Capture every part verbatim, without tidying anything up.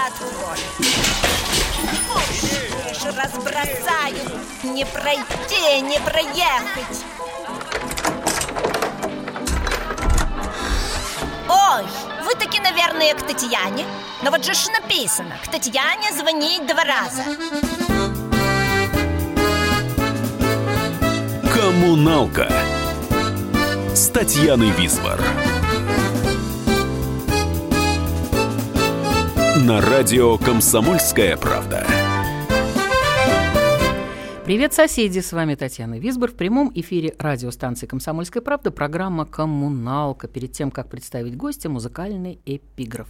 отходит. Лишь разбросаю, не пройти, не проехать. Ой, вы таки, наверное, к Татьяне. Но вот же ж написано: к Татьяне звонить два раза. Коммуналка с Татьяной Висбор. На радио «Комсомольская правда». Привет, соседи! С вами Татьяна Висбор. В прямом эфире радиостанции «Комсомольская правда» программа «Коммуналка». Перед тем, как представить гостя, музыкальный эпиграф.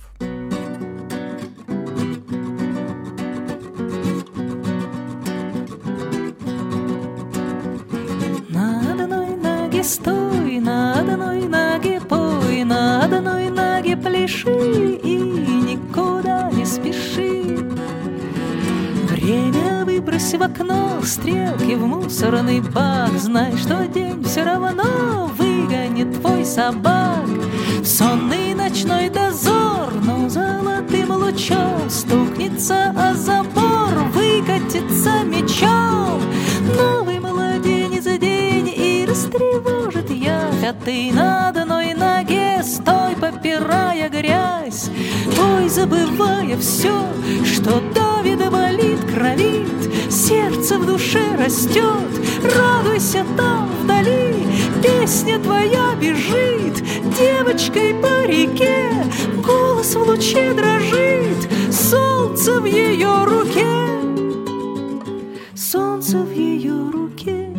На одной ноге стой, на одной ноге пой, на одной ноге пляши и никуда не спеши. Время выбрось в окно, стрелки в мусорный бак. Знай, что день все равно выгонит твой собак. В сонный ночной дозор, но золотым лучом стукнется о забор, выкатится мечом. Новый младенец день и растревожит явь. А ты на одной ноге стой, попирая грязь. Пой, забывая все, что давит, болит, кровит. Сердце в душе растет, радуйся там вдали. Песня твоя бежит девочкой по реке. Голос в луче дрожит, солнце в ее руке. Солнце в ее руке.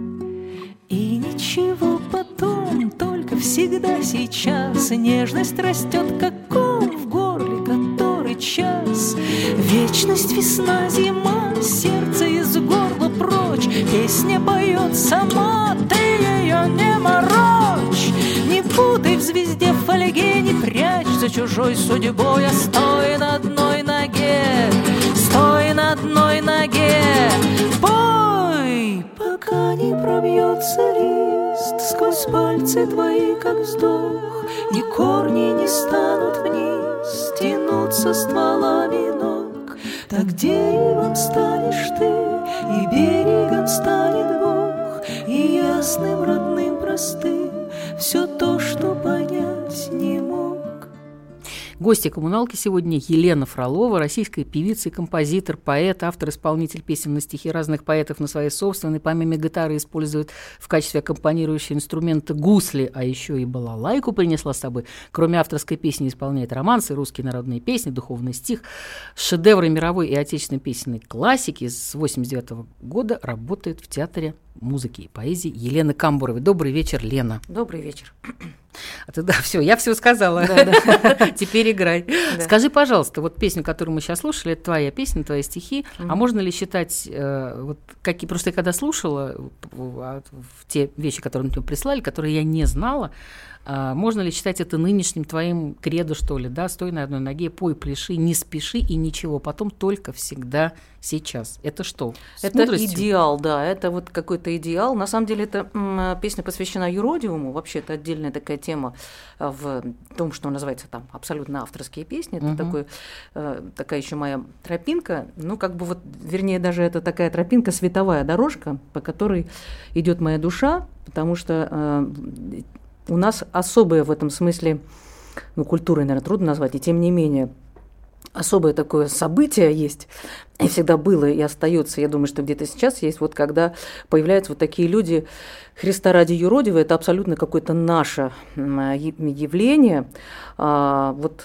И ничего потом, только всегда сейчас. Нежность растет, как ком в горле, который час. Вечность, весна, зима, сердце из горла прочь. Песня поет сама, ты ее не морочь. Не путай в звезде в фольге, не прячь за чужой судьбой. А стой на одной ноге, стой на одной ноге. Пой, пока не пробьется лист сквозь пальцы твои, как вздох. Ни корни не станут вниз тянуться стволами ног. Так деревом станешь ты, и берегом станет Бог, и ясным, родным, простым все то, что понять не мог. Гостья коммуналки сегодня Елена Фролова, российская певица и композитор, поэт, автор-исполнитель песен на стихи разных поэтов на своей собственной. Помимо гитары использует в качестве аккомпанирующего инструмента гусли, а еще и балалайку принесла с собой. Кроме авторской песни исполняет романсы, русские народные песни, духовный стих. Шедевры мировой и отечественной песенной классики. С восемьдесят девятого года работает в театре музыки и поэзии Елены Камбуровой. Добрый вечер, Лена. Добрый вечер. А ты, да, все, я все сказала. Да, да. Теперь играй. Да. Скажи, пожалуйста, вот песню, которую мы сейчас слушали, это твоя песня, твои стихи. Mm-hmm. А можно ли считать, э, вот какие, просто я когда слушала в, в те вещи, которые мне прислали, которые я не знала, э, можно ли считать это нынешним твоим кредо, что ли, да? Стой на одной ноге, пой, пляши, не спеши и ничего, потом только всегда сейчас. Это что? С это мудростью? Идеал, да, это вот какой-то идеал. На самом деле, эта м, песня посвящена юродивому. Вообще, это отдельная такая тема в том, что называется там абсолютно авторские песни. Это uh-huh. такой, э, такая еще моя тропинка. Ну, как бы вот, вернее, даже это такая тропинка, световая дорожка, по которой идет моя душа, потому что э, у нас особое в этом смысле, ну, культурой, наверное, трудно назвать, и тем не менее, особое такое событие есть, и всегда было, и остается, я думаю, что где-то сейчас есть, вот когда появляются вот такие люди, Христа ради юродивые, это абсолютно какое-то наше явление, вот,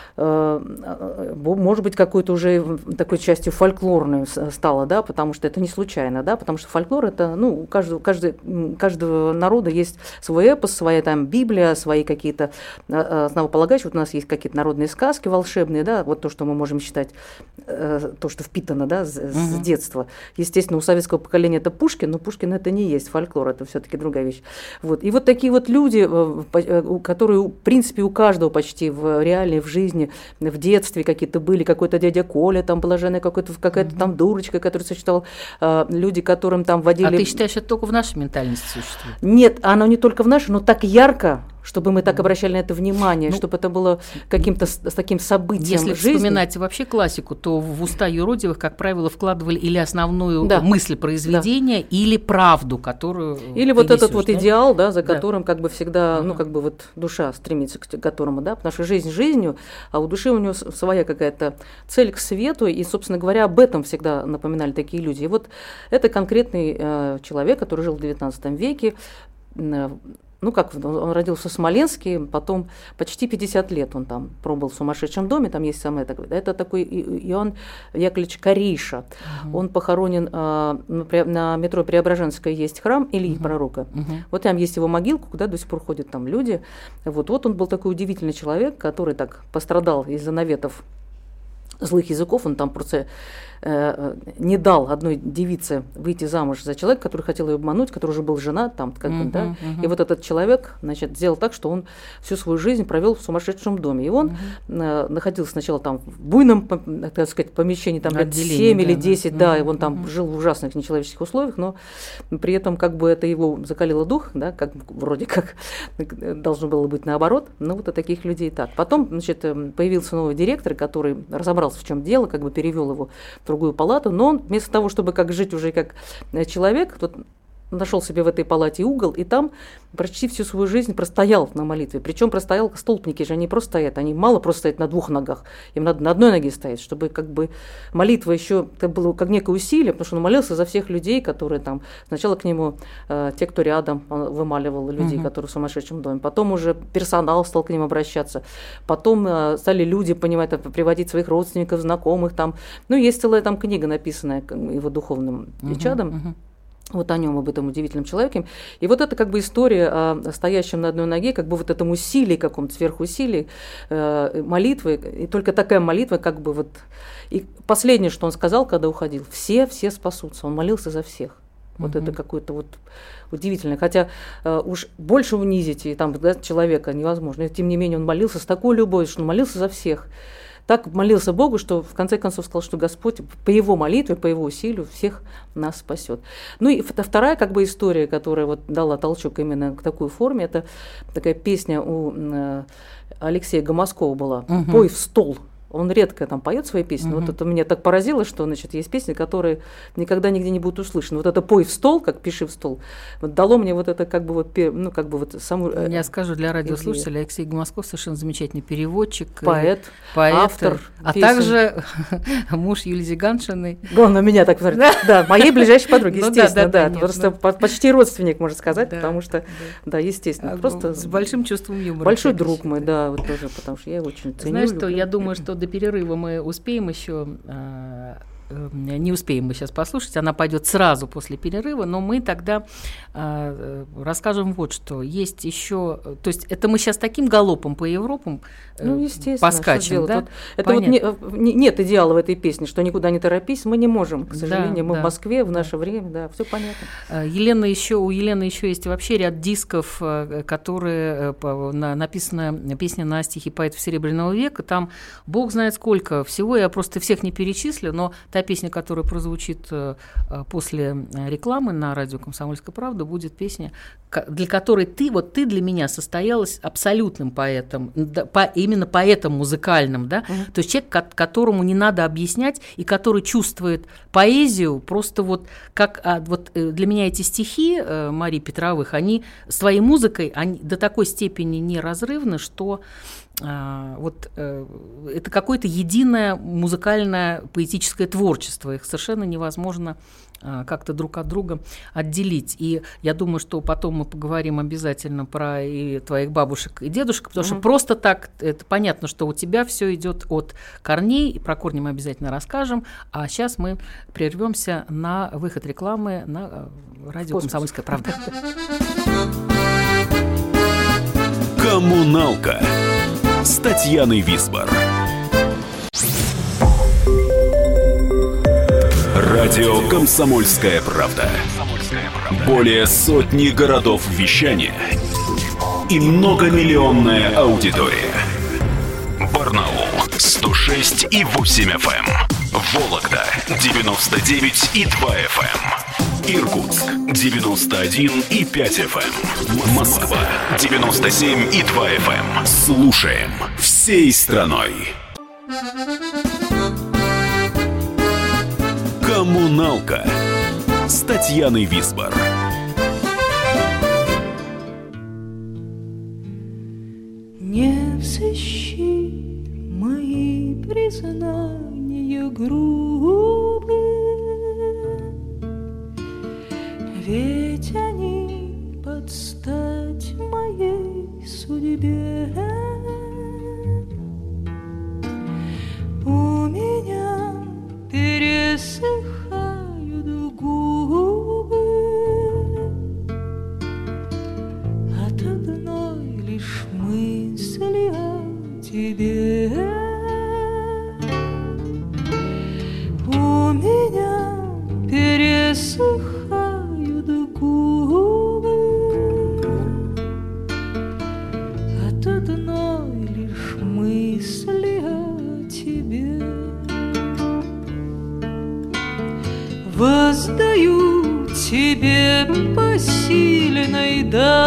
может быть, какой-то уже такой частью фольклорной стало, да, потому что это не случайно, да, потому что фольклор это, ну, у каждого, каждый, каждого народа есть свой эпос, своя там Библия, свои какие-то основополагающие, вот у нас есть какие-то народные сказки волшебные, да, вот то, что мы можем считать, то, что впитано, да, с, uh-huh. с детства. Естественно, у советского поколения это Пушкин, но Пушкин это не есть фольклор, это все-таки другая вещь. Вот. И вот такие вот люди, которые, в принципе, у каждого почти в реальной, в жизни, в детстве какие-то были, какой-то дядя Коля, там блаженная какой-то, какая-то там дурочка, которая существовала, люди, которым там водили... А ты считаешь, это только в нашей ментальности существует? Нет, оно не только в нашей, но так ярко, чтобы мы так обращали на это внимание, ну, чтобы это было каким-то с, с таким событием если жизни. Если вспоминать вообще классику, то в уста юродивых, как правило, вкладывали или основную да. мысль произведения, да. или правду, которую или вот несёшь, этот вот да? идеал, да, за которым да. как бы всегда, ну, как бы вот душа стремится к которому, да, потому что жизнь жизнью, а у души у нее своя какая-то цель к свету, и, собственно говоря, об этом всегда напоминали такие люди. И вот это конкретный э, человек, который жил в девятнадцатом веке, э, ну, как он родился в Смоленске, потом почти пятьдесят лет он там пробыл в сумасшедшем доме, там есть самое такое. Это такой Иоанн Яковлевич Кариша. Uh-huh. Он похоронен а, на метро Преображенская, есть храм Ильи uh-huh. Пророка. Uh-huh. Вот там есть его могилка, куда до сих пор ходят там люди. Вот, вот он был такой удивительный человек, который так пострадал из-за наветов злых языков. Он там просто э, не дал одной девице выйти замуж за человека, который хотел ее обмануть, который уже был женат там, как uh-huh, бы, да. Uh-huh. И вот этот человек, значит, сделал так, что он всю свою жизнь провел в сумасшедшем доме. И он uh-huh. э, находился сначала там в буйном, так сказать, помещении, там лет семь да, или десять, uh-huh. да, и он там uh-huh. жил в ужасных нечеловеческих условиях, но при этом как бы это его закалило дух, да, как вроде как должно было быть наоборот, но вот у таких людей так. Потом, значит, появился новый директор, который разобрался, в чем дело, как бы перевел его в другую палату, но он вместо того, чтобы как жить уже как человек, тут нашел себе в этой палате угол, и там почти всю свою жизнь простоял на молитве. Причем простоял, столпники же они просто стоят, они мало просто стоят на двух ногах, им надо на одной ноге стоять, чтобы как бы молитва еще это было как некое усилие, потому что он молился за всех людей, которые там, сначала к нему э, те, кто рядом, он вымаливал людей, uh-huh. которые в сумасшедшем доме, потом уже персонал стал к ним обращаться, потом э, стали люди, понимать, там, приводить своих родственников, знакомых там, ну, есть целая там книга, написанная его духовным uh-huh, чадом, uh-huh. вот о нем, об этом удивительном человеке. И вот это как бы история о стоящем на одной ноге, как бы вот этом усилии, каком-то сверхусилии, э, молитвы. И только такая молитва, как бы вот... И последнее, что он сказал, когда уходил, все, все спасутся. Он молился за всех. Вот mm-hmm. это какое-то вот удивительное. Хотя э, уж больше унизить и, там, да, человека невозможно. И, тем не менее, он молился с такой любовью, что он молился за всех. Так молился Богу, что в конце концов сказал, что Господь по его молитве, по его усилию всех нас спасет. Ну и вторая как бы история, которая вот дала толчок именно к такой форме, это такая песня у Алексея Гомоскова была «Угу. «Пой в стол». Он редко там поет свои песни. Uh-huh. Вот это меня так поразило, что, значит, есть песни, которые никогда нигде не будут услышаны. Вот это «Пой в стол», как «Пиши в стол», вот дало мне вот это как бы вот, ну, как бы вот саму... Я скажу для радиослушателей, Алексей Гомосков совершенно замечательный переводчик, поэт, поэт автор а песен. Также муж Юлии Зиганшиной. Он на меня так говорит. Да, моей ближайшей подруги, естественно, да. Просто почти родственник, можно сказать, потому что, да, естественно. Просто с большим чувством юмора. Большой друг мой, да, вот тоже, потому что я его очень ценю. Знаешь что, я думаю, что до перерыва мы успеем еще, э, э, не успеем мы сейчас послушать, она пойдет сразу после перерыва, но мы тогда э, расскажем вот что. Есть еще, то есть это мы сейчас таким галопом по Европам э, ну, поскачем, да? Это вот не, не, нет идеала в этой песне, что никуда не торопись, мы не можем, к сожалению, да, мы да. в Москве в наше время, да, все понятно. Елена еще, у Елены еще есть вообще ряд дисков, которые написана песня на стихи поэтов Серебряного века, там Бог знает сколько всего, я просто всех не перечислю, но та песня, которая прозвучит после рекламы на радио «Комсомольская правда», будет песня, для которой ты, вот ты для меня состоялась абсолютным поэтом, именно поэтом музыкальным, да, mm-hmm. то есть человек, которому не надо объяснять и который чувствует поэзию, просто вот как вот для меня эти стихи Марии Петровых, они своей музыкой они до такой степени неразрывны, что а, вот э, это какое-то единое музыкальное поэтическое творчество, их совершенно невозможно а, как-то друг от друга отделить. И я думаю, что потом мы поговорим обязательно про и твоих бабушек и дедушек, потому mm-hmm. что просто так это понятно, что у тебя все идет от корней, и про корни мы обязательно расскажем. А сейчас мы прервемся на выход рекламы на радио «Комсомольская правда». Коммуналка с Татьяной Висбор. Радио «Комсомольская правда». Более сотни городов вещания и многомиллионная аудитория. Барнаул сто шесть и восемь эф эм, Вологда девяносто девять и два эф эм, Иркутск девяносто один и пять эф эм. Москва девяносто семь и два эф эм. Слушаем всей страной. Коммуналка с Татьяной Висбор. Не взыщи мои признания грубые, ведь они под стать моей судьбе. У меня пересыхают губы от одной лишь мысли о тебе. У меня пересыхают губы от одной лишь мысли о тебе. Воздаю тебе посильной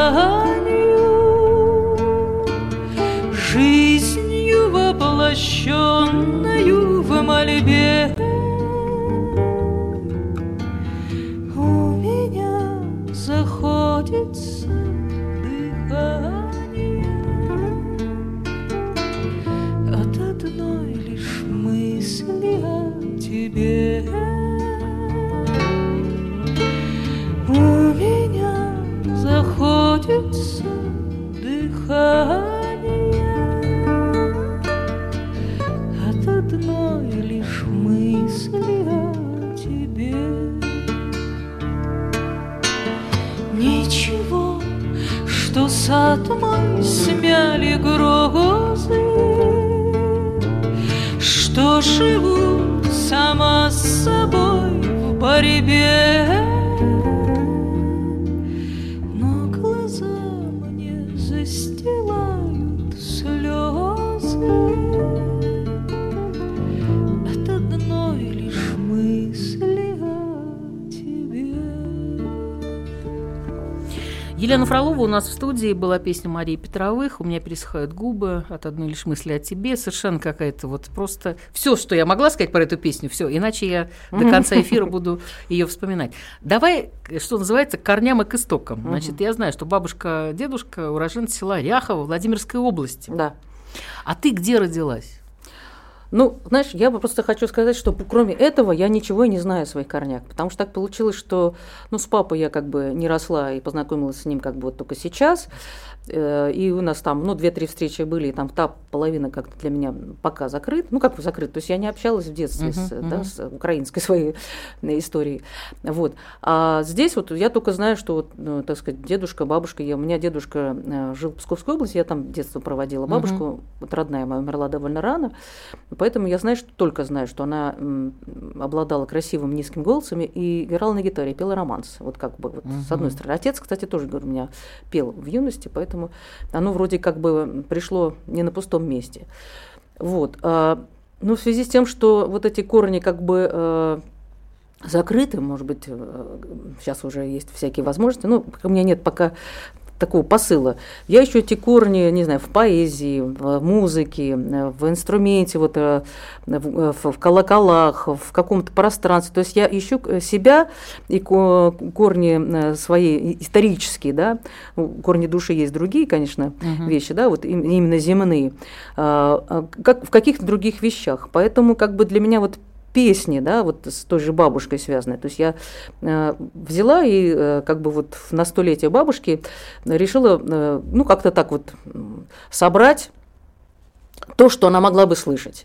данью, жизнью воплощенную в мольбе. У меня заходится дыхание от одной лишь мысли о тебе. У меня заходится дыхание от одной лишь мысли о тебе. Ничего, что сад мой смяли грозы, что живу сама с собой в борьбе. Елена Фролова у нас в студии, была песня Марии Петровых «У меня пересыхают губы от одной лишь мысли о тебе». Совершенно какая-то вот просто... Все, что я могла сказать про эту песню, все, иначе я до конца эфира буду ее вспоминать. Давай, что называется, к корням и к истокам. Значит, я знаю, что бабушка, дедушка уроженцы села Ряхово Владимирской области. Да. А ты где родилась? Ну, знаешь, я просто хочу сказать, что кроме этого я ничего и не знаю о своих корнях, потому что так получилось, что, ну, с папой я как бы не росла и познакомилась с ним как бы вот только сейчас, и у нас там, ну, две-три встречи были, и там та половина как-то для меня пока закрыта, ну, как бы закрыта, то есть я не общалась в детстве uh-huh, с, uh-huh. Да, с украинской своей историей, вот. А здесь вот я только знаю, что вот, ну, так сказать, дедушка, бабушка, я, у меня дедушка жил в Псковской области, я там детство проводила, бабушка, uh-huh. вот родная моя умерла довольно рано, поэтому я знаю, что, только знаю, что она м, обладала красивым низким голосом и играла на гитаре, пела романс. Вот как бы вот, uh-huh. с одной стороны. Отец, кстати, тоже, говорю, у меня пел в юности, поэтому оно вроде как бы пришло не на пустом месте. Вот. А, ну, в связи с тем, что вот эти корни как бы э, закрыты, может быть, э, сейчас уже есть всякие возможности, ну, у меня нет пока такого посыла. Я ищу эти корни, не знаю, в поэзии, в музыке, в инструменте, вот, в, в колоколах, в каком-то пространстве. То есть я ищу себя и корни свои исторические, да, корни души есть другие, конечно, uh-huh. вещи, да, вот именно земные, как в каких-то других вещах. Поэтому как бы для меня вот песни, да, вот с той же бабушкой связанной. То есть я э, взяла и э, как бы вот на столетие бабушки решила, э, ну, как-то так вот собрать то, что она могла бы слышать.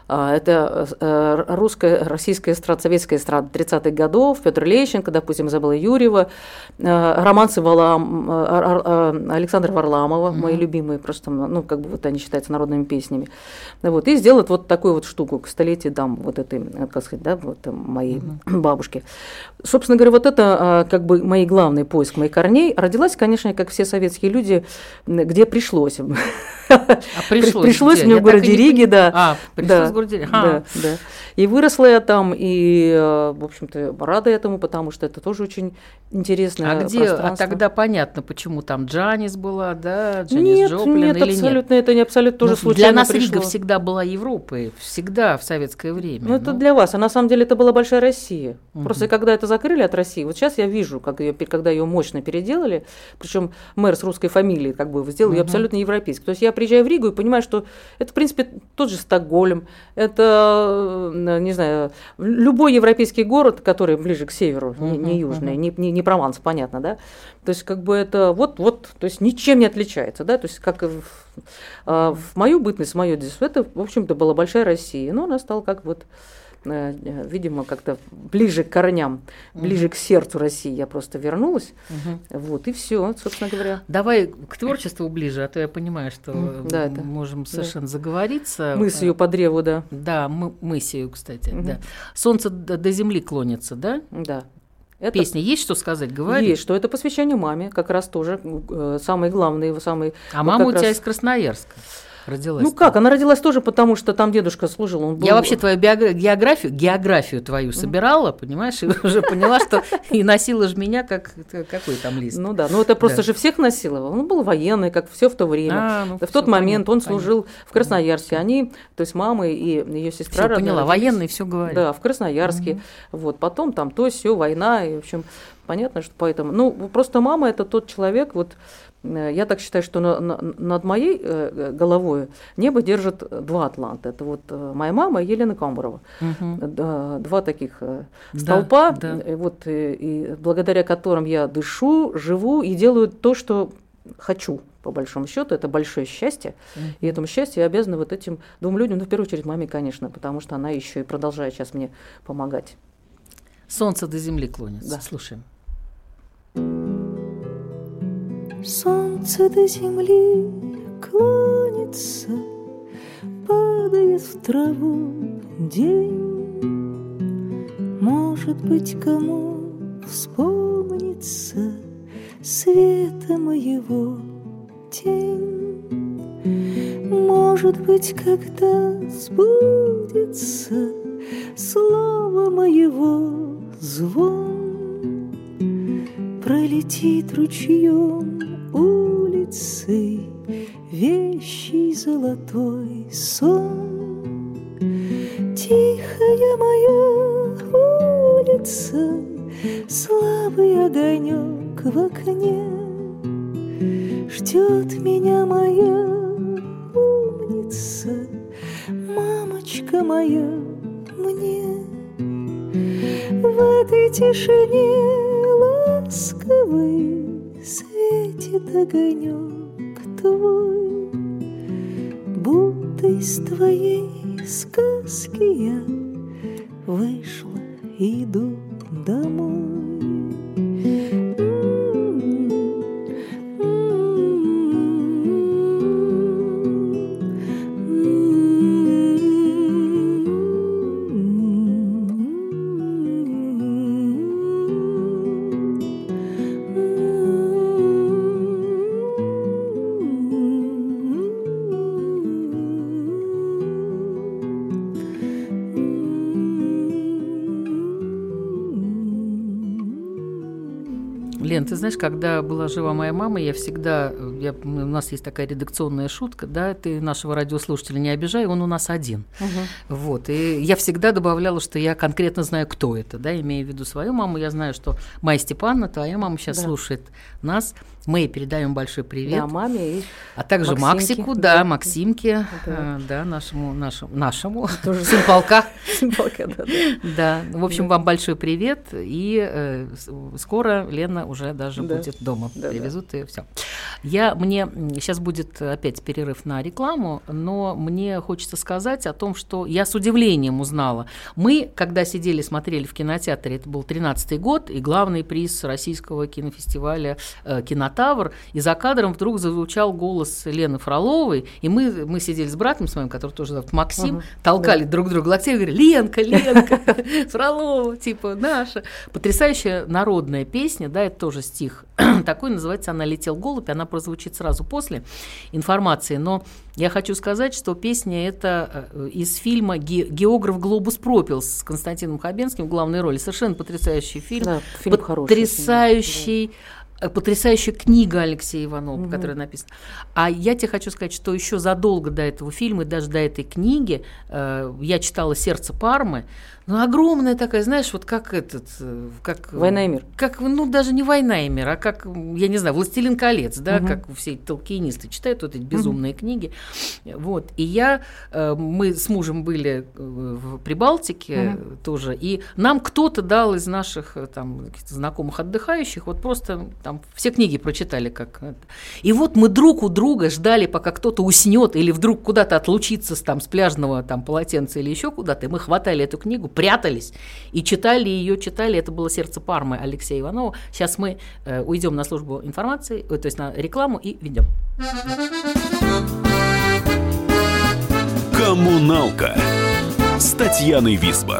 Это русская, российская эстрада, советская эстрада тридцатых годов, Петр Лещенко, допустим, Изабелла Юрьева, романсы Валам, Александра Варламова, mm-hmm. мои любимые, просто, ну, как бы вот они считаются народными песнями. Вот, и сделать вот такую вот штуку к столетию дам вот этой, как сказать, да, вот моей mm-hmm. бабушки. Собственно говоря, вот это как бы мой главный поиск моих корней. Родилась, конечно, как все советские люди, где пришлось. А пришлось, пришлось мне я в городе не... Риге, да. А, пришлось да, в городе Риге. Да, да. И выросла я там, и, в общем-то, рада этому, потому что это тоже очень интересное а где, пространство. А тогда понятно, почему там Джанис была, да, Джанис нет, Джоплин нет, или абсолютно, нет? это не абсолютно тоже Но случайно для нас пришло. Рига всегда была Европой, всегда в советское время. Ну, это ну. для вас, а на самом деле это была большая Россия. Угу. Просто когда это закрыли от России, вот сейчас я вижу, как ее, когда ее мощно переделали, причем мэр с русской фамилией как бы сделал ее угу. абсолютно европейской. То есть я приезжаю в Ригу и понимаю, что это, в принципе, тот же Стокгольм, это, не знаю, любой европейский город, который ближе к северу, uh-huh, не, не южный, uh-huh. не, не, не Прованс, понятно, да? То есть как бы это вот, вот, то есть ничем не отличается, да? То есть как в, а, в мою бытность, в мое детство, это, в общем-то, была большая Россия, но она стала как вот, видимо, как-то ближе к корням, ближе uh-huh. к сердцу России я просто вернулась, uh-huh. вот, и все, собственно говоря. Давай к творчеству ближе, а то я понимаю, что uh-huh. да, это, можем совершенно да. заговориться. Мысью по древу, да. Да, мы, мысью, кстати, uh-huh. да. Солнце до, до земли клонится, да? Да. Это... Песня есть что сказать? Говори. Есть, что это посвящение маме, как раз тоже э, самый главный, самый... А вот мама у тебя раз... из Красноярска родилась. Ну как, она родилась тоже потому, что там дедушка служил. Он был... Я вообще твою биографию, географию, географию твою собирала, понимаешь, и уже поняла, что и носила же меня, как какой там лист. Ну да, ну это просто же всех насиловал. Он был военный, как все в то время. В тот момент он служил в Красноярске. Они, то есть мама и ее сестра... Все поняла, военный все говорит. Да, в Красноярске. Вот, потом там то все война, и в общем, понятно, что поэтому... Ну, просто мама – это тот человек, вот... Я так считаю, что на, на, над моей э, головой небо держит два атланта. Это вот э, моя мама и Елена Камбурова. Угу. Д, два таких э, столпа, да, да. И, вот, и, и благодаря которым я дышу, живу и делаю то, что хочу, по большому счету. Это большое счастье. Угу. И этому счастью я обязана вот этим двум людям, ну, в первую очередь, маме, конечно, потому что она еще и продолжает сейчас мне помогать. Солнце до земли клонится. Да. Слушаем. Солнце до земли клонится, падает в траву день. Может быть, кому вспомнится света моего тень. Может быть, когда сбудется слово моего звон, пролетит ручьем улицей вещий золотой сон. Тихая моя улица, слабый огонек в окне, ждет меня моя умница, мамочка моя мне. В этой тишине ласковой светит огонек твой, будто из твоей сказки я вышла, иду домой. Лен, ты знаешь, когда была жива моя мама, я всегда, я, у нас есть такая редакционная шутка, да, ты нашего радиослушателя не обижай, он у нас один. Угу. Вот, и я всегда добавляла, что я конкретно знаю, кто это, да, имея в виду свою маму, я знаю, что Майя Степановна, твоя мама сейчас да. слушает нас, мы ей передаем большой привет. Да, маме и а также Максимке. Максику, да, да. Максимке, да, э, да нашему, нашему, нашему, тоже симполка. Симполка, да. Да, в общем, вам большой привет, и э, скоро Лена уже даже да. будет дома, да, привезут да. и все. Я, мне сейчас будет опять перерыв на рекламу, но мне хочется сказать о том, что я с удивлением узнала. Мы, когда сидели, смотрели в кинотеатре, это был тринадцатый год, и главный приз российского кинофестиваля э, «Кинотавр», и за кадром вдруг зазвучал голос Лены Фроловой, и мы, мы сидели с братом своим, который тоже зовут Максим, uh-huh. толкали да. друг друга локтями и говорили: «Ленка, Ленка, Фролова, типа наша». Потрясающая народная песня, да, это тоже стих такой, называется она «Летел голубь», она прозвучит сразу после информации, но я хочу сказать, что песня эта из фильма «Географ Глобус пропил» с Константином Хабенским в главной роли. Совершенно потрясающий фильм. Да, фильм потрясающий, да. Потрясающая книга Алексея Иванова, Угу. которая написана. А я тебе хочу сказать, что еще задолго до этого фильма и даже до этой книги э, я читала «Сердце Пармы». Ну, огромная такая, знаешь, вот как этот... Как, «Война и мир». Как, ну, даже не «Война и мир», а как, я не знаю, «Властелин колец», да, Угу. как все эти толкиенисты читают вот эти безумные угу. книги. Вот. И я, э, мы с мужем были в Прибалтике угу. тоже, и нам кто-то дал из наших там, знакомых отдыхающих, вот просто там все книги прочитали. Как это. И вот мы друг у друга ждали, пока кто-то уснет или вдруг куда-то отлучится с, там, с пляжного там, полотенца или еще куда-то, и мы хватали эту книгу, прятались и читали ее, читали. Это было «Сердце Пармы» Алексея Иванова. Сейчас мы э, уйдем на службу информации, то есть на рекламу, и ведем. Коммуналка с Татьяной Висбор.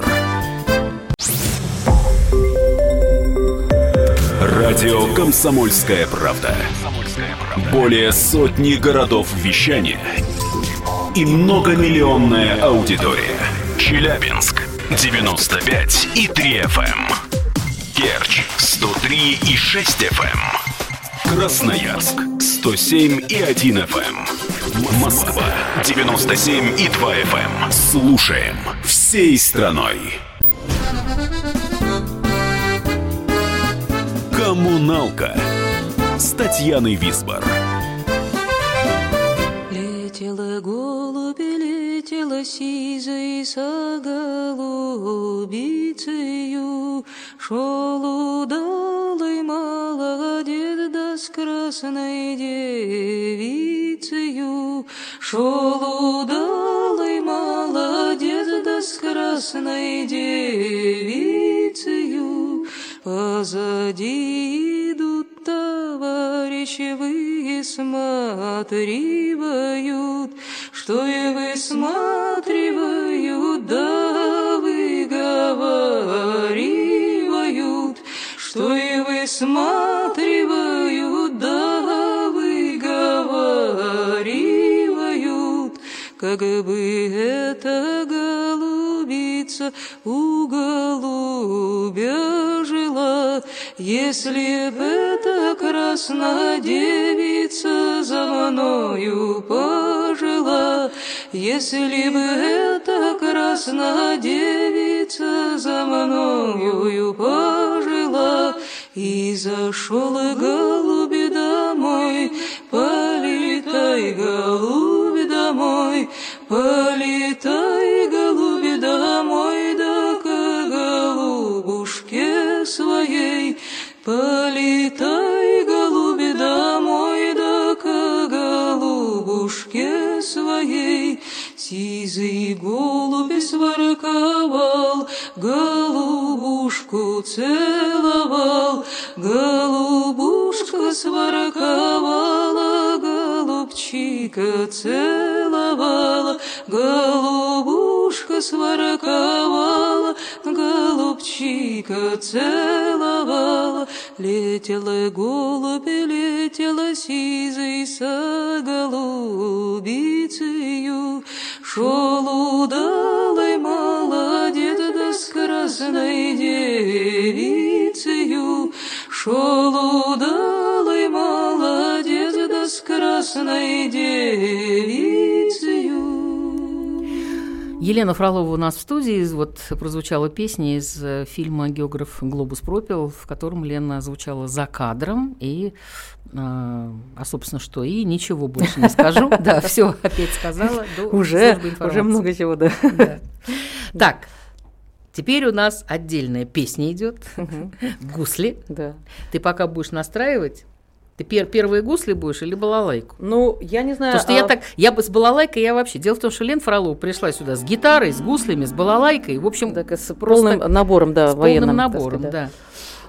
Радио «Комсомольская правда». Более сотни городов вещания и многомиллионная аудитория. Челябинск девяносто пять и три эф эм, Керчь сто три и шесть эф эм, Красноярск сто семь и один эф эм, Москва девяносто семь и два эф эм. Слушаем всей страной. Коммуналка с Татьяной Висбор. Летела голубь, летела сизой со голубицею, шел удалый молодец, да с красной девицею, шел удалый молодец, да с красной девицею. Позади идут товарищи, высматривают, что и высматривают, да выговаривают, что и высматривают, да выговаривают, как бы эта голубица у голубя жила, если б эта красная девица за мною пожила, если бы эта красная девица за мною пожила. И зашел голубь домой, полетай, голубь, домой, полетай, голубь, домой, да к голубушке своей, полетай, голубь, домой, да к голубушке своей. Сизый голубь сворковал, голубушку целовал, голубушка сворковала, голубчика целовала, голубушка сворковала, голубчика целовала. Летела голубь, летела сизый со голубицею, шел удалый молодец, да с красной девицею, шел удалый молодец, да с красной девицею. Елена Фролова у нас в студии. Вот прозвучала песня из фильма «Географ Глобус пропил», в котором Лена звучала за кадром. И, а, собственно, что? И ничего больше не скажу. Да, все опять сказала. Уже, уже много чего, да. Так, теперь у нас отдельная песня идет. Гусли. Ты пока будешь настраивать. Ты пер- первые гусли будешь или балалайку? Ну, я не знаю. Потому что а... я так, я бы с балалайкой, я вообще. Дело в том, что Лена Фролова пришла сюда с гиtarой, с гуслями, с балалайкой, в общем, так, с полным набором, да, с военным. полным набором, сказать, да.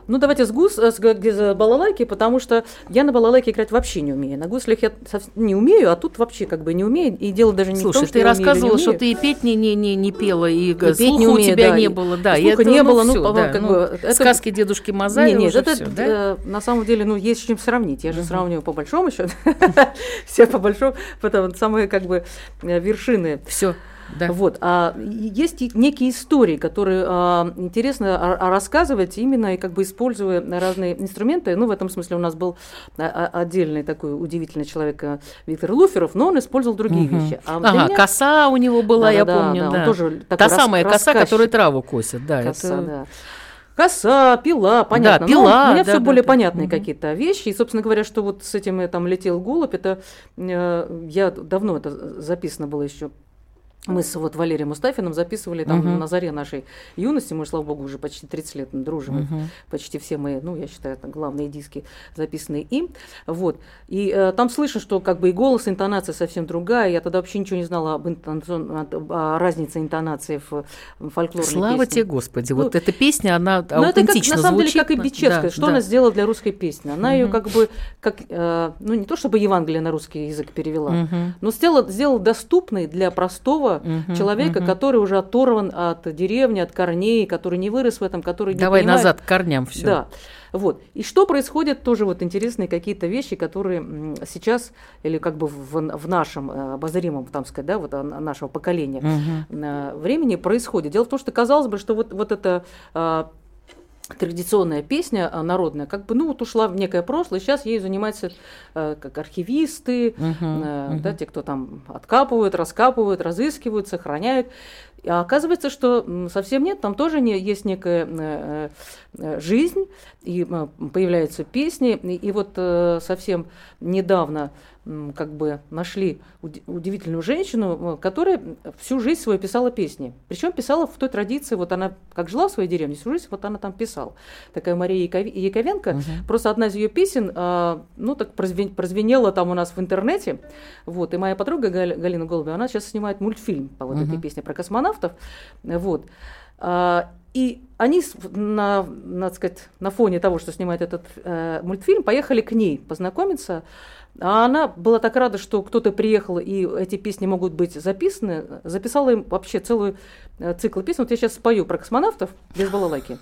Ну, давайте с гус, с, с балалайки, потому что я на балалайке играть вообще не умею. На гуслях я совсем не умею, а тут вообще как бы не умею. И дело даже не Слушай, в том, что ты я рассказывала, умею, что ты и петь не, не, не, не пела, и, и слуха не у умею, тебя да, не было. Да, слуха это, не ну, было, ну, всё, да, как ну, бы, это... сказки дедушки Мазаева Нет, нет, уже это всё, да? э, на самом деле, ну, есть с чем сравнить. Я же uh-huh. сравниваю по большому счету. Все по большому, потому что самые как бы вершины. Все. Да. Вот. А есть некие истории, которые а, интересно а, а рассказывать именно и как бы используя разные инструменты. Ну, в этом смысле у нас был а, отдельный такой удивительный человек Виктор Луферов, но он использовал другие угу. вещи. А ага, меня... коса у него была, да, я да, помню. Да, да. Он тоже Та такой самая рас- коса, которая траву косит. Да, коса, это... да. Коса, пила, понятно. Да, пила, но у меня да, все да, более да. понятные угу. какие-то вещи. И, собственно говоря, что вот с этим там летел голубь, это э, я давно это записано было еще. Мы с вот Валерием Мустафиным записывали там uh-huh. на заре нашей юности, мы, слава богу, уже почти тридцать лет дружим, uh-huh. почти все мои, ну, я считаю, это главные диски записанные им, вот, и э, там слышно, что как бы и голос, и интонация совсем другая, я тогда вообще ничего не знала об интонацион... о разнице интонации в фольклорной Слава песне. тебе, Господи, ну, вот эта песня, она аутентично ну, это как, на самом звучит. деле, как и Бичевская, да, что да. она сделала для русской песни, она uh-huh. ее как бы, как, э, ну, не то чтобы Евангелие на русский язык перевела, uh-huh. но сделала, сделала доступной для простого uh-huh. человека, который уже оторван от деревни, от корней, который не вырос в этом, который не Давай понимает. назад к корням все. Да. Вот. И что происходит, тоже вот интересные какие-то вещи, которые сейчас, или как бы в, в нашем обозримом, там сказать, да, вот нашего поколения uh-huh. времени происходит. Дело в том, что казалось бы, что вот, вот это традиционная песня народная, как бы, ну, вот ушла в некое прошлое, сейчас ею занимаются э, как архивисты, uh-huh, э, uh-huh. да, те, кто там откапывают, раскапывают, разыскивают, сохраняют. А оказывается, что совсем нет, там тоже не, есть некая э, э, жизнь, и э, появляются песни, и, и вот э, совсем недавно э, как бы нашли уд- удивительную женщину, которая всю жизнь свою писала песни. Причем писала в той традиции, вот она как жила в своей деревне, всю жизнь вот она там писала. Такая Мария Яков- Яковенко, uh-huh. просто одна из ее песен, э, ну так прозвен- прозвенела там у нас в интернете, вот, и моя подруга Гал- Галина Голубева, она сейчас снимает мультфильм по вот uh-huh. этой песне про космонавтов. Вот. И они, на, надо сказать, на фоне того, что снимает этот э, мультфильм, поехали к ней познакомиться. А она была так рада, что кто-то приехал, и эти песни могут быть записаны. Записала им вообще целый э, цикл песен. Вот я сейчас спою про космонавтов без балалайки.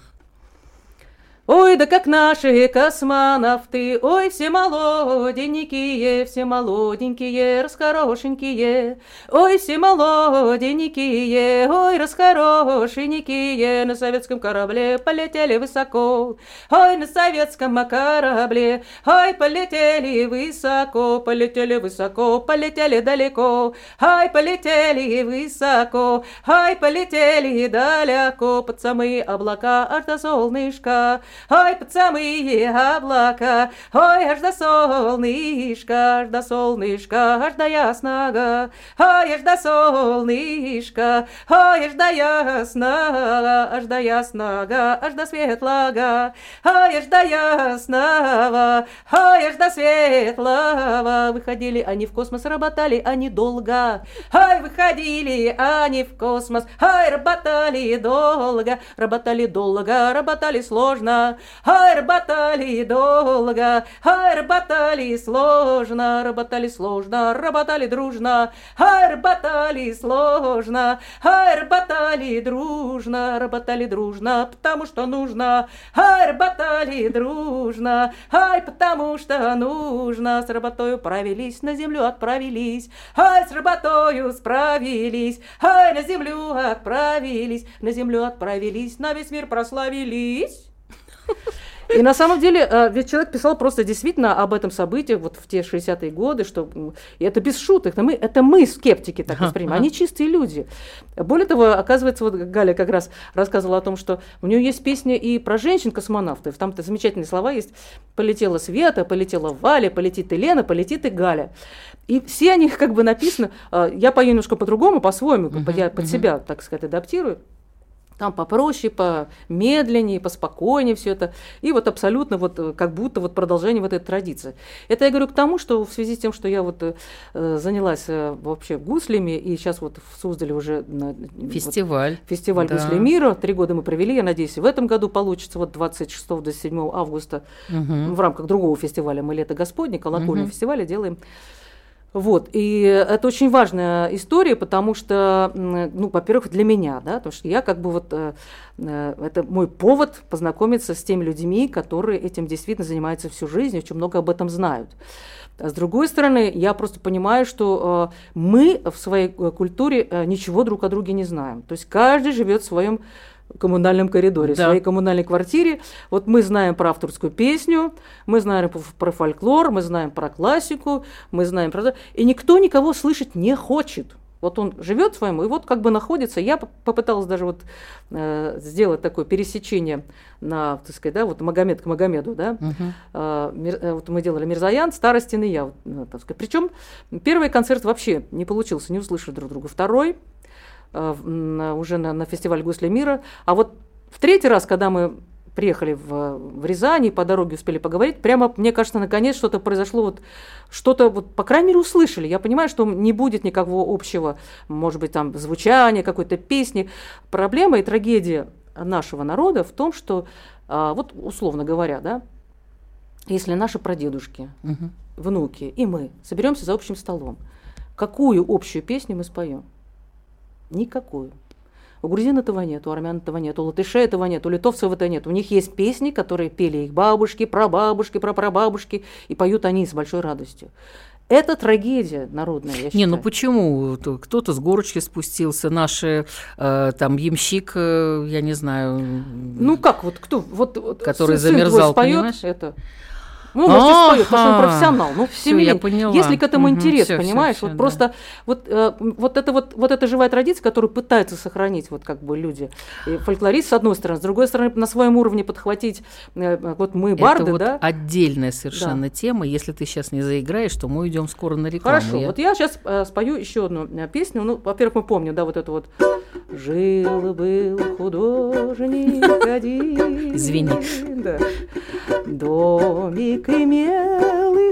Ой, да как наши космонавты, ой, все молоденькие, все молоденькие, раскорошенькие, ой, все молоденькие, ой, раскорошенькие, на советском корабле полетели высоко, ой, на советском корабле, ой, полетели высоко, полетели высоко, полетели далеко, ой, полетели высоко, ой, полетели далеко, под самые облака аж до солнышка. Ой, под самые облака, ой, аж до солнышка, аж до солнышка, аж до ясного, ой, аж до солнышка, ой, аж до ясного, аж до ясного, аж до светлого, ой, аж до ясного, ой, аж до светлого. Выходили они в космос, работали они долго, ой, выходили они в космос, ой, работали долго, работали долго, работали сложно. Ай, работали долго, ай, работали сложно, работали сложно, работали дружно, ай, работали сложно, ай, работали дружно, работали дружно, потому что нужно, ай, работали дружно, ай, потому что нужно, с работою правились, на землю отправились, ай, с работою справились, ай, на землю отправились, на землю отправились, на весь мир прославились. И на самом деле, ведь человек писал просто действительно об этом событии вот в те шестидесятые годы, что и это без шуток, это мы, это мы скептики так воспринимаем, они чистые люди. Более того, оказывается, вот Галя как раз рассказывала о том, что у нее есть песня и про женщин-космонавтов, там-то замечательные слова есть: полетела Света, полетела Валя, полетит и Лена, полетит и Галя. И все они как бы написаны, я пою немножко по-другому, по-своему, uh-huh, я под uh-huh. себя, так сказать, адаптирую. Там попроще, помедленнее, поспокойнее все это. И вот абсолютно вот как будто вот продолжение вот этой традиции. Это я говорю к тому, что в связи с тем, что я вот э, занялась э, вообще гуслями, и сейчас вот в Суздале уже на, фестиваль. Вот, фестиваль да. гуслей мира. Три года мы провели, я надеюсь, и в этом году получится вот двадцать шестого до седьмого августа угу. в рамках другого фестиваля «Мы лето Господне», колокольного угу. фестиваля делаем. Вот, и это очень важная история, потому что, ну, во-первых, для меня, да, потому что я как бы вот, э, это мой повод познакомиться с теми людьми, которые этим действительно занимаются всю жизнь, очень много об этом знают. А с другой стороны, я просто понимаю, что э, мы в своей культуре э, ничего друг о друге не знаем. То есть каждый живет в своем коммунальном коридоре, да. в своей коммунальной квартире. Вот мы знаем про авторскую песню, мы знаем про фольклор, мы знаем про классику, мы знаем про... И никто никого слышать не хочет. Вот он живет своему, и вот как бы находится. Я попыталась даже вот э, сделать такое пересечение на, так сказать, да, вот Магомед к Магомеду, да. Uh-huh. э, мир, э, вот мы делали Мирзаян, Старостин и я. Вот, так сказать. Причем первый концерт вообще не получился, не услышали друг друга. Второй уже на, на фестиваль «Гусли мира». А вот в третий раз, когда мы приехали в, в Рязань и по дороге успели поговорить, прямо, мне кажется, наконец что-то произошло, вот, что-то, вот, по крайней мере, услышали. Я понимаю, что не будет никакого общего, может быть, там, звучания, какой-то песни. Проблема и трагедия нашего народа в том, что, а, вот, условно говоря, да, если наши прадедушки, угу. внуки и мы соберемся за общим столом, какую общую песню мы споем? Никакую. У грузин этого нет, у армян этого нет, у латышей этого нет, у литовцев этого нет. У них есть песни, которые пели их бабушки, прабабушки, прапрабабушки, и поют они с большой радостью. Это трагедия народная, я считаю. Не, ну почему? Кто-то с горочки спустился, наши, э, там, ямщик, э, я не знаю... Ну как, вот кто? Вот, который сын, замерзал, сын понимаешь? Это... Ну, может, и споет, потому что он профессионал. Ну, всё, я поняла. Если к этому угу, интерес, всё, понимаешь, всё, вот всё, просто да. вот, э, вот, это вот, вот эта живая традиция, которую пытаются сохранить вот как бы люди. И фольклорист, с одной стороны, с другой стороны, на своем уровне подхватить, э, вот мы барды, это вот да? отдельная совершенно да. тема. Если ты сейчас не заиграешь, то мы уйдем скоро на рекламу. Хорошо, я... вот я сейчас э, спою еще одну э, песню. Ну, во-первых, мы помним, да, вот это вот «Жил-был художник один». Извини. Да. Домик имел и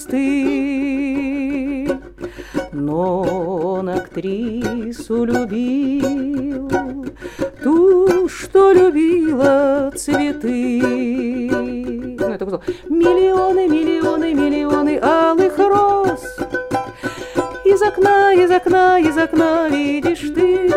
холсты, но он актрису любил, ту, что любила цветы. Ну, это кто? Миллионы, миллионы, миллионы алых роз. Из окна, из окна, из окна видишь ты.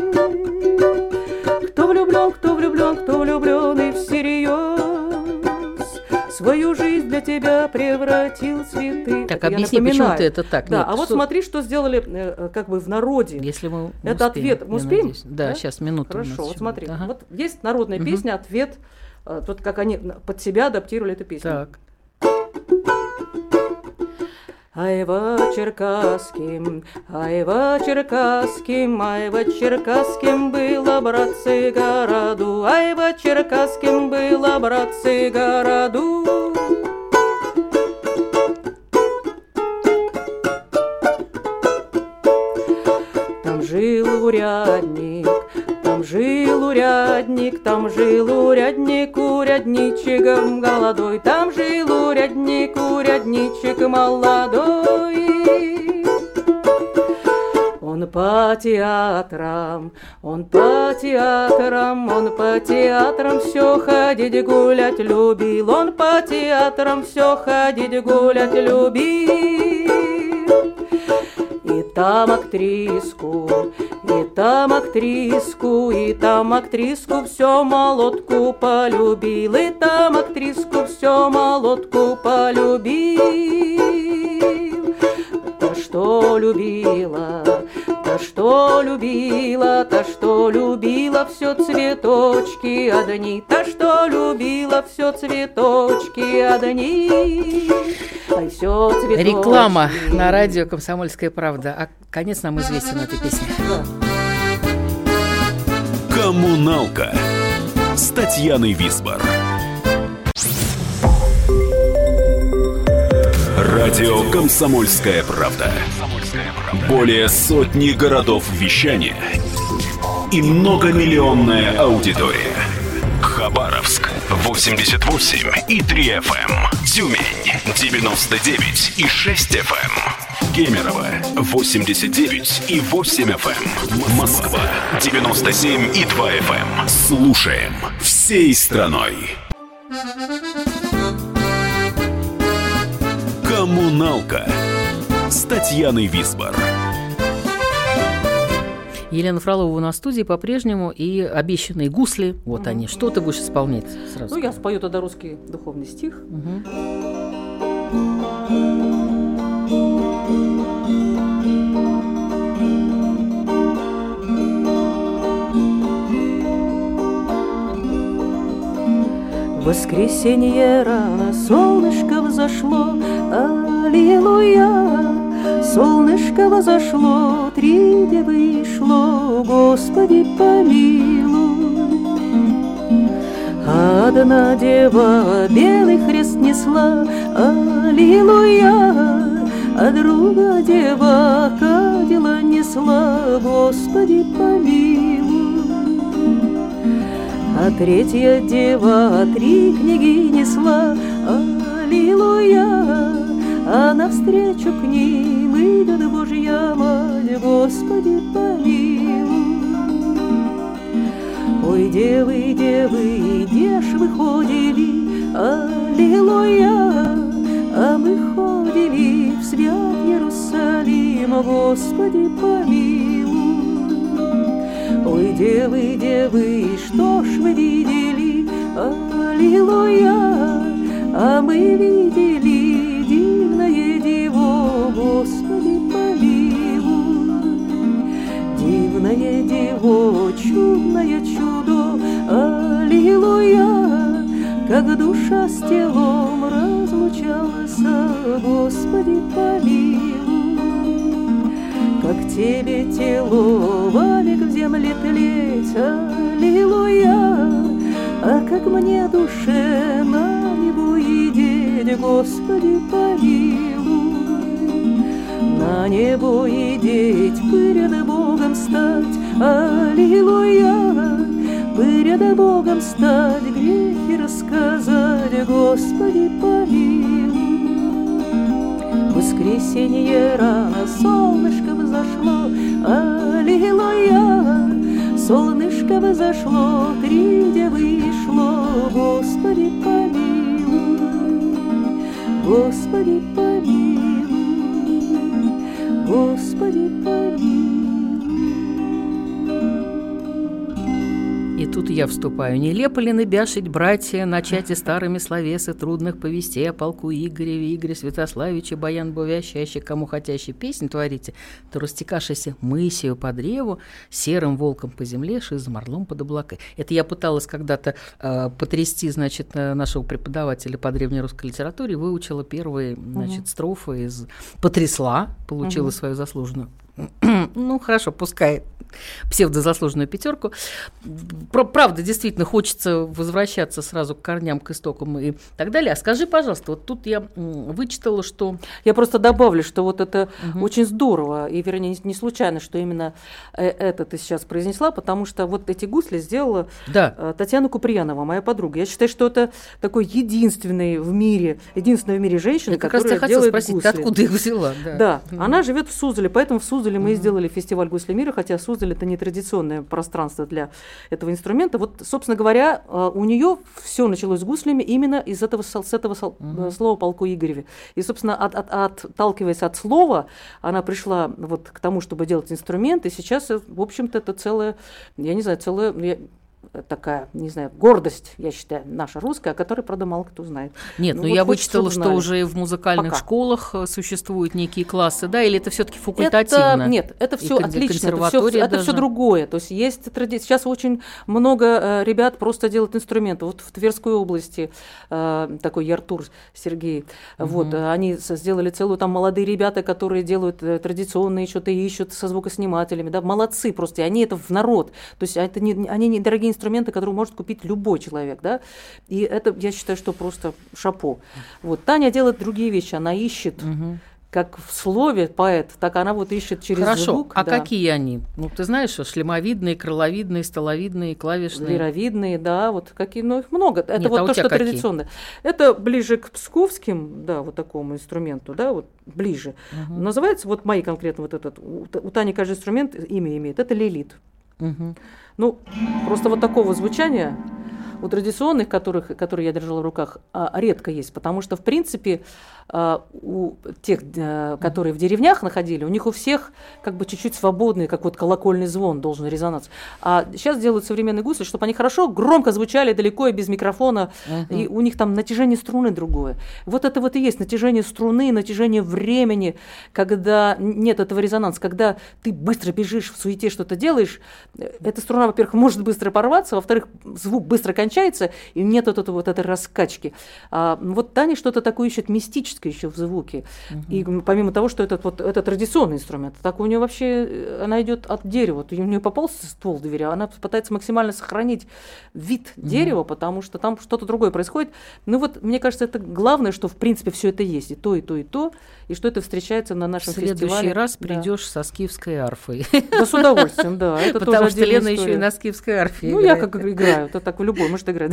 Кто влюблен, кто влюблен, кто влюблен и всерьез свою жизнь для тебя превратил цветы. Так, это объясни, почему ты это так? Да, Нет, а вот что... смотри, что сделали э, как бы в народе. Если мы это успеем, ответ. Мы успеем? Да, да, сейчас, минуту. Хорошо, вот смотри. Ага. Вот есть народная угу. песня, ответ, э, тут как они под себя адаптировали эту песню. Так. Айва Черкасским, айва Черкасским, айва Черкасским было, братцы, городу, айва Черкасским было, братцы, городу. Там жил урядник, там жил урядник, там жил урядник, урядничек молодой, там жил урядник, урядничек молодой. Он по театрам, он по театрам, он по театрам все ходить гулять любил, он по театрам все ходить гулять любил. И там актриску, и там актриску, и там актриску все молодку полюбил, и там актриску все молодку полюбил. Та, что любила, та, что любила, та, что любила все цветочки одни, та, что любила все цветочки одни. Ай, все цветочки. Реклама на радио «Комсомольская правда». А конец нам известен этой песни. «Коммуналка» с Татьяной Висбор. Радио «Комсомольская правда». Более сотни городов вещания и многомиллионная аудитория. Хабаровск восемьдесят восемь и три эф эм, Тюмень девяносто девять и шесть эф эм, Кемерово восемьдесят девять и восемь эф эм, Москва девяносто семь и два эф эм. Слушаем всей страной. Коммуналка с Татьяной Висбор. Елена Фролова у нас в студии по-прежнему, и обещанные гусли, вот mm-hmm. они. Что ты будешь исполнять сразу? Ну, я спою тогда русский духовный стих. Mm-hmm. В воскресенье рано солнышко взошло, аллилуйя. Солнышко взошло, три девы шло, Господи помилуй. Одна дева белый хрест несла, аллилуйя, а другая дева кадила несла, Господи помилуй. А третья дева три книги несла, аллилуйя, а навстречу к ним идет Божья Мать, Господи помилуй. Ой, девы, девы, где ж вы ходили, аллилуйя, а мы ходили в свят Иерусалим, Господи помилуй. Ой, девы, девы, что ж вы видели, аллилуйя, а мы видели дивное диво, Господи помилуй. Дивное диво, чудное чудо, аллилуйя, как душа с телом разлучалась, Господи помилуй. Как тебе тело вовек в земле тлеть, аллилуйя, а как мне душе на небо идеть, Господи помилуй. На небо идеть, перед Богом стать, аллилуйя, перед Богом стать, грехи рассказать, Господи помилуй. В воскресенье рано солнышко взошло, аллилуйя, солнышко взошло, три девы шло, Господи помилуй, Господи помилуй, Господи помилуй. И тут я вступаю. «Нелепо ли набяшить, братья, начать и старыми словесы трудных повестей о полку Игореве, Игоре Святославиче, баян бовящий, кому хотящий песнь творите, то растекашися мысью по древу, серым волком по земле, шизом орлом под облакой». Это я пыталась когда-то э, потрясти, значит, нашего преподавателя по древнерусской литературе, выучила первые, значит, угу. строфы из... Потрясла, получила угу. свою заслуженную. Ну, хорошо, пускай псевдозаслуженную пятерку. Правда, действительно, хочется возвращаться сразу к корням, к истокам и так далее. А скажи, пожалуйста, вот тут я вычитала, что... Я просто добавлю, что вот это угу. очень здорово, и, вернее, не случайно, что именно это ты сейчас произнесла, потому что вот эти гусли сделала да. Татьяна Куприянова, моя подруга. Я считаю, что это такой единственный в мире, единственная в мире женщина, я которая как раз делает спросить, гусли. Откуда их взяла? Да, да. Mm. Она живет в Суздале, поэтому в Суздале мы mm. сделали фестиваль гусли мира, хотя Суздаль это не традиционное пространство для этого инструмента. Вот, собственно говоря, у нее все началось с гуслями именно из этого, с этого mm. слова полку Игореве. И, собственно, от, от, отталкиваясь от слова, она пришла вот к тому, чтобы делать инструмент, и сейчас, в общем-то, это целая, я не знаю, целая... такая, не знаю, гордость, я считаю, наша русская, о которой, правда, мало кто знает. Нет, ну, ну вот я вычитала, что уже в музыкальных Пока. школах существуют некие классы, да, или это все-таки факультативно? Это, нет, это все отлично, это все, это все другое. То есть есть традиция. Сейчас очень много э, ребят просто делают инструменты. Вот в Тверской области э, такой Яртур Сергей, угу. вот, они сделали целую, там молодые ребята, которые делают э, традиционные, что-то ищут со звукоснимателями, да, молодцы просто, и они это в народ. То есть это не, они недорогие инструменты, которые может купить любой человек, да, и это, я считаю, что просто шапо. Вот. Таня делает другие вещи, она ищет, угу. как в слове поэт, так она вот ищет через Хорошо. звук. А да. какие они? Ну, ты знаешь, что шлемовидные, крыловидные, столовидные, клавишные? Лировидные, да, вот какие, ну, их много. Это Нет, вот а у то, тебя что какие? традиционное. Это ближе к псковским, да, вот такому инструменту, да, вот ближе. Угу. Называется, вот мои конкретно, вот этот, у, у Тани каждый инструмент имя имеет, это лилит. Угу. Ну, просто вот такого звучания у традиционных, которых, которые я держала в руках, редко есть, потому что, в принципе, у тех, которые в деревнях находили, у них у всех как бы чуть-чуть свободный, как вот колокольный звон должен резонанс. А сейчас делают современные гусли, чтобы они хорошо, громко звучали, далеко и без микрофона, uh-huh. и у них там натяжение струны другое. Вот это вот и есть натяжение струны, натяжение времени, когда нет этого резонанса, когда ты быстро бежишь в суете, что-то делаешь, эта струна, во-первых, может быстро порваться, во-вторых, звук быстро кончается, и нет вот этой, вот этой раскачки. А вот Таня что-то такое ищет мистическое еще в звуке. Uh-huh. И помимо того, что этот, вот, это традиционный инструмент, так у нее вообще, она идет от дерева. У нее поползся ствол двери, она пытается максимально сохранить вид uh-huh. дерева, потому что там что-то другое происходит. Ну вот, мне кажется, это главное, что в принципе все это есть, и то, и то, и то, и что это встречается на нашем фестивале. В следующий раз да. придешь со скифской арфой. Да, с удовольствием, да. Это потому что Лена еще и на скифской арфе Ну, играет. я как играю, это так в любой, может играть.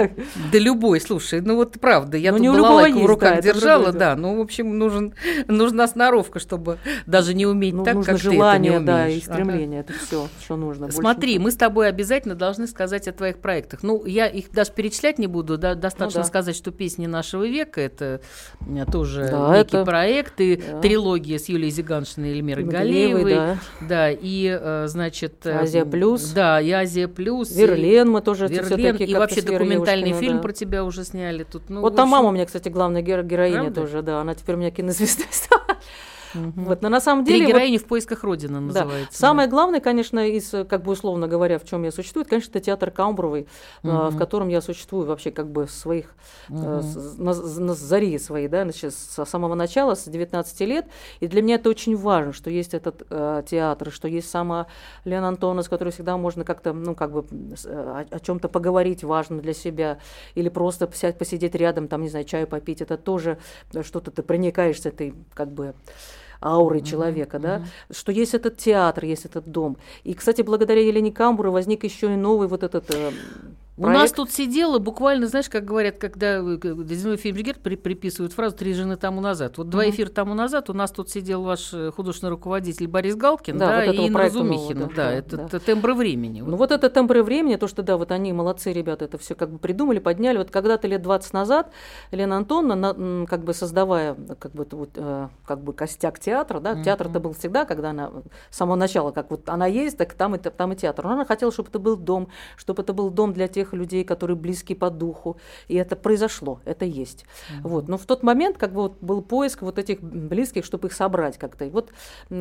Да любой, слушай, ну вот правда, я ну, тут балалайку в руках держала, да, ну, в общем, нужен, нужна сноровка, чтобы даже не уметь ну, так, нужно как желание, ты это не да, умеешь. и стремление, ага. это все, что нужно. Смотри, мы с тобой обязательно должны сказать о твоих проектах. Ну, я их даже перечислять не буду, да, достаточно ну, да. сказать, что «Песни нашего века» — это тоже да, некий это... проект, и да. трилогия с Юлией Зиганшиной и Эльмирой Галеевой, да. да, и, значит... Азия Плюс. Да, и Азия Плюс. Верлен мы тоже Верлен, и вообще документальный Евушкина, фильм да. про тебя уже сняли тут. Ну, вот там общем... мама у меня, кстати, главная геро- героиня Правда? тоже, да, она теперь у меня кинозвезда стала. Угу. Вот, но на самом деле... Три героини вот, в поисках Родины называется. Да. Самое главное, конечно, из, как бы условно говоря, в чем я существую, конечно, это театр Каумбровой, угу. э, в котором я существую вообще как бы своих, угу. э, с, на, на заре своей, да, значит, с самого начала, с девятнадцати лет. И для меня это очень важно, что есть этот э, театр, что есть сама Лена Антоновна, с которой всегда можно как-то, ну, как бы о, о чем-то поговорить важно для себя, или просто сядь, посидеть рядом, там, не знаю, чаю попить. Это тоже что-то ты проникаешься этой, как бы, аурой mm-hmm. человека, да, mm-hmm. что есть этот театр, есть этот дом. И, кстати, благодаря Елене Камбуровой возник еще и новый вот этот э, У нас тут сидела буквально, знаешь, как говорят, когда Ледяной Фейерверк при, приписывают фразу «три жены тому назад». Вот mm-hmm. два эфира тому назад у нас тут сидел ваш художественный руководитель Борис Галкин, да, да, вот и Инна Разумихина. Да, да, это, да. это тембры времени. Ну вот это тембры времени, то, что, да, вот они молодцы, ребята, это все как бы придумали, подняли. Вот когда-то лет двадцать назад Лена Антоновна, как бы создавая как бы, вот, как бы костяк театра, да, mm-hmm. театр-то был всегда, когда она с самого начала, как вот она есть, так там и, там и театр. Но она хотела, чтобы это был дом, чтобы это был дом для тех людей, которые близки по духу. И это произошло, это есть. Mm-hmm. Вот. Но в тот момент как бы вот был поиск вот этих близких, чтобы их собрать как-то. И вот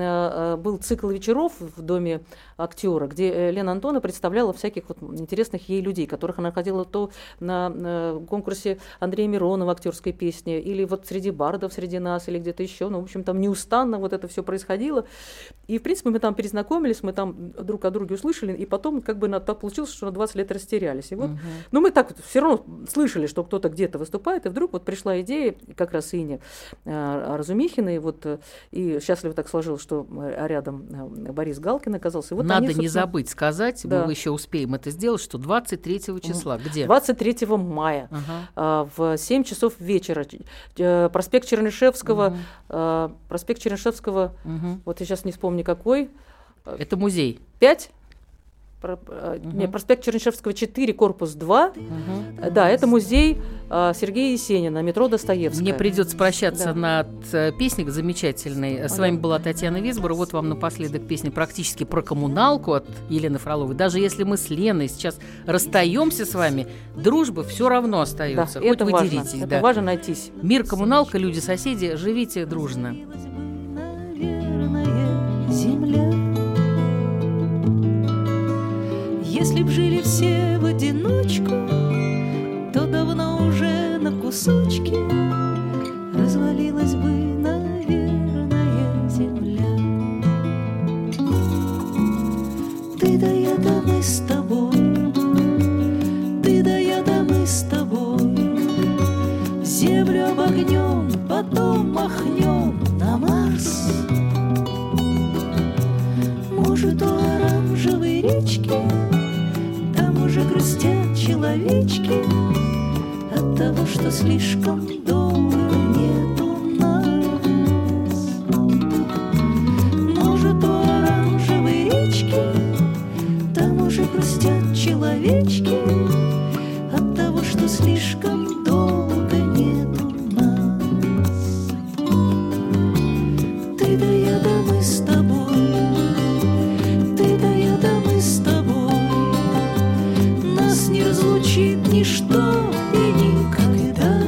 э, был цикл вечеров в доме актера, где Лена Антоновна представляла всяких вот интересных ей людей, которых она ходила то на, на конкурсе Андрея Миронова актерской песни, или вот среди бардов среди нас, или где-то еще. Ну, в общем, там неустанно вот это все происходило. И, в принципе, мы там перезнакомились, мы там друг о друге услышали, и потом как бы на, так получилось, что на двадцать лет растерялись. И вот, uh-huh. ну, мы так вот все равно слышали, что кто-то где-то выступает, и вдруг вот пришла идея, как раз Ине э, Разумихиной, вот, э, и счастливо так сложилось, что рядом э, Борис Галкин оказался. И вот надо они, не забыть сказать, да. мы еще успеем это сделать, что двадцать третьего числа, uh-huh. где? двадцать третьего мая, uh-huh. э, в семь часов вечера, э, проспект Чернышевского, uh-huh. э, проспект Чернышевского, uh-huh. вот я сейчас не вспомню какой. Это музей. Пять? Про, uh-huh. Нет, проспект Чернышевского четыре, корпус два. Uh-huh. Да, это музей uh, Сергея Есенина, метро Достоевская. Мне придется прощаться да. над uh, песней замечательной. Uh-huh. С вами была Татьяна Висбор. Вот вам напоследок песня практически про коммуналку от Елены Фроловой. Даже если мы с Леной сейчас расстаемся с вами, дружба все равно остается. Да, хоть это вы важно. деритесь. Это да. важно найтись. Мир, коммуналка, люди, соседи, живите дружно. Земля. Если б жили все в одиночку, то давно уже на кусочки развалилась бы, наверное, земля. Ты да я да мы с тобой, ты да я да мы с тобой, землю обогнем, потом махнем, нам слишком долго нету нас. Может, у оранжевой речки там уже грустят человечки от того, что слишком долго нету нас. Ты да я да мы с тобой, ты да я да мы с тобой, нас не разлучит ничто и никогда.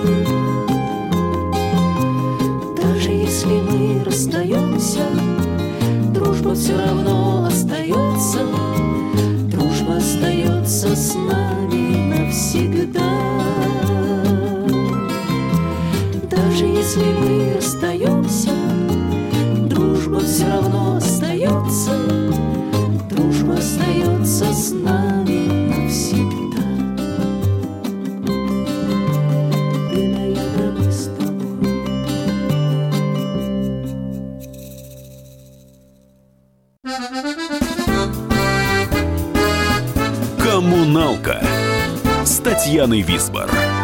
Даже если мы расстаемся, дружба все равно остается, дружба остается с нами навсегда. Даже если мы расстаемся, дружба все равно остается, дружба остается с нами навсегда. Ты да я да мы с тобой. «Коммуналка» с Татьяной Висбор.